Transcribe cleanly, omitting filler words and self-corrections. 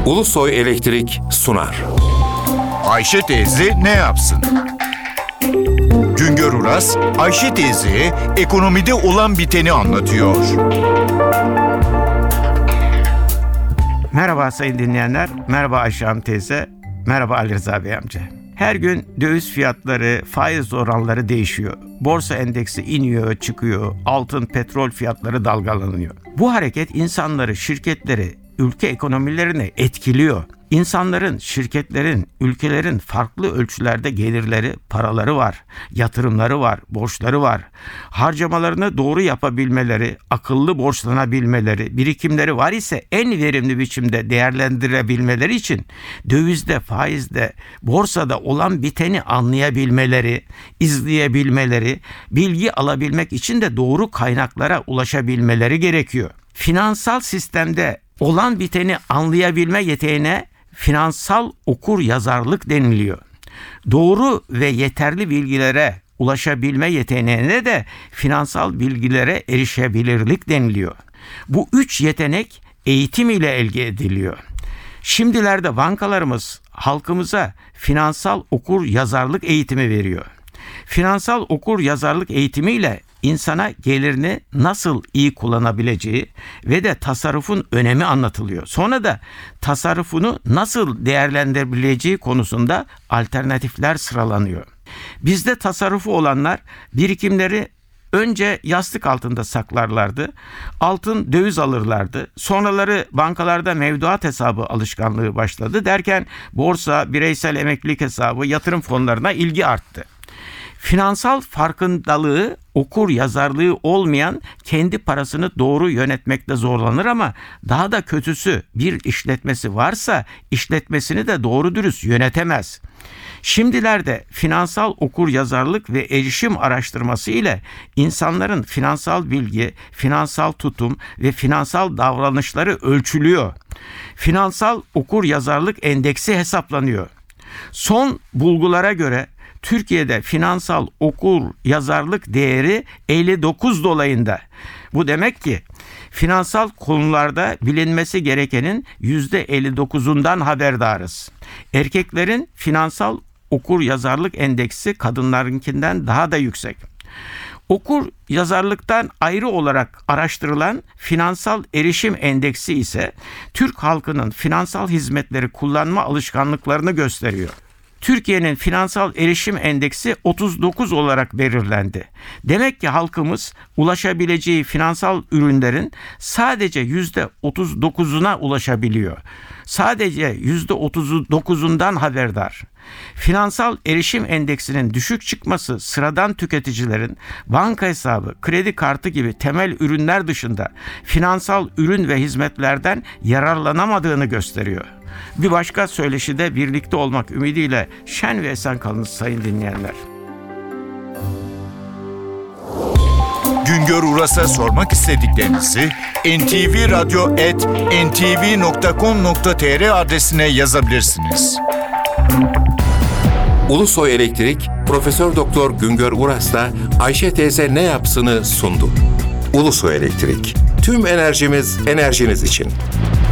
Ulusoy Elektrik sunar. Ayşe teyze ne yapsın? Güngör Uras, Ayşe teyzeye ekonomide olan biteni anlatıyor. Merhaba sayın dinleyenler, merhaba Ayşe Hanım teyze, merhaba Ali Rıza Bey amca. Her gün döviz fiyatları, faiz oranları değişiyor. Borsa endeksi iniyor, çıkıyor, altın, petrol fiyatları dalgalanıyor. Bu hareket insanları, şirketleri, ülke ekonomilerini etkiliyor. İnsanların, şirketlerin, ülkelerin farklı ölçülerde gelirleri, paraları var, yatırımları var, borçları var. Harcamalarını doğru yapabilmeleri, akıllı borçlanabilmeleri, birikimleri var ise en verimli biçimde değerlendirebilmeleri için dövizde, faizde, borsada olan biteni anlayabilmeleri, izleyebilmeleri, bilgi alabilmek için de doğru kaynaklara ulaşabilmeleri gerekiyor. Finansal sistemde olan biteni anlayabilme yeteneğine finansal okur yazarlık deniliyor. Doğru ve yeterli bilgilere ulaşabilme yeteneğine de finansal bilgilere erişebilirlik deniliyor. Bu üç yetenek eğitim ile elde ediliyor. Şimdilerde bankalarımız halkımıza finansal okur yazarlık eğitimi veriyor. Finansal okur yazarlık eğitimiyle insana gelirini nasıl iyi kullanabileceği ve de tasarrufun önemi anlatılıyor. Sonra da tasarrufunu nasıl değerlendirebileceği konusunda alternatifler sıralanıyor. Bizde tasarrufu olanlar birikimleri önce yastık altında saklarlardı. Altın, döviz alırlardı. Sonraları bankalarda mevduat hesabı alışkanlığı başladı. Derken borsa, bireysel emeklilik hesabı, yatırım fonlarına ilgi arttı. Finansal farkındalığı, okur yazarlığı olmayan kendi parasını doğru yönetmekte zorlanır ama daha da kötüsü bir işletmesi varsa işletmesini de doğru dürüst yönetemez. Şimdilerde finansal okur yazarlık ve erişim araştırması ile insanların finansal bilgi, finansal tutum ve finansal davranışları ölçülüyor. Finansal okur yazarlık endeksi hesaplanıyor. Son bulgulara göre Türkiye'de finansal okur yazarlık değeri 59 dolayında. Bu demek ki finansal konularda bilinmesi gerekenin %59'undan haberdarız. Erkeklerin finansal okur yazarlık endeksi kadınlarınkinden daha da yüksek. Okur yazarlıktan ayrı olarak araştırılan finansal erişim endeksi ise Türk halkının finansal hizmetleri kullanma alışkanlıklarını gösteriyor. Türkiye'nin finansal erişim endeksi 39 olarak belirlendi. Demek ki halkımız ulaşabileceği finansal ürünlerin sadece %39'una ulaşabiliyor. Sadece %39'undan haberdar. Finansal erişim endeksinin düşük çıkması sıradan tüketicilerin banka hesabı, kredi kartı gibi temel ürünler dışında finansal ürün ve hizmetlerden yararlanamadığını gösteriyor. Bir başka söyleşide birlikte olmak ümidiyle şen ve esen kalınız sayın dinleyenler. Güngör Uras'a sormak istediklerinizi ntvradyo@ntv.com.tr adresine yazabilirsiniz. Ulusoy Elektrik Profesör Doktor Güngör Uras'la Ayşe teyze ne yapsını sundu. Ulusoy Elektrik. Tüm enerjimiz enerjiniz için.